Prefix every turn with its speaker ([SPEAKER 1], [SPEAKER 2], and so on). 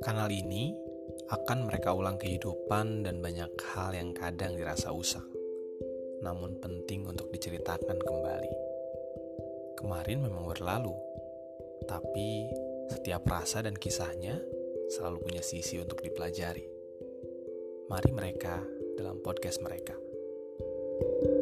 [SPEAKER 1] Kanal ini akan mereka ulang kehidupan dan banyak hal yang kadang dirasa usang, namun penting untuk diceritakan kembali. Kemarin memang berlalu, tapi setiap rasa dan kisahnya selalu punya sisi untuk dipelajari. Mari mereka dalam podcast mereka.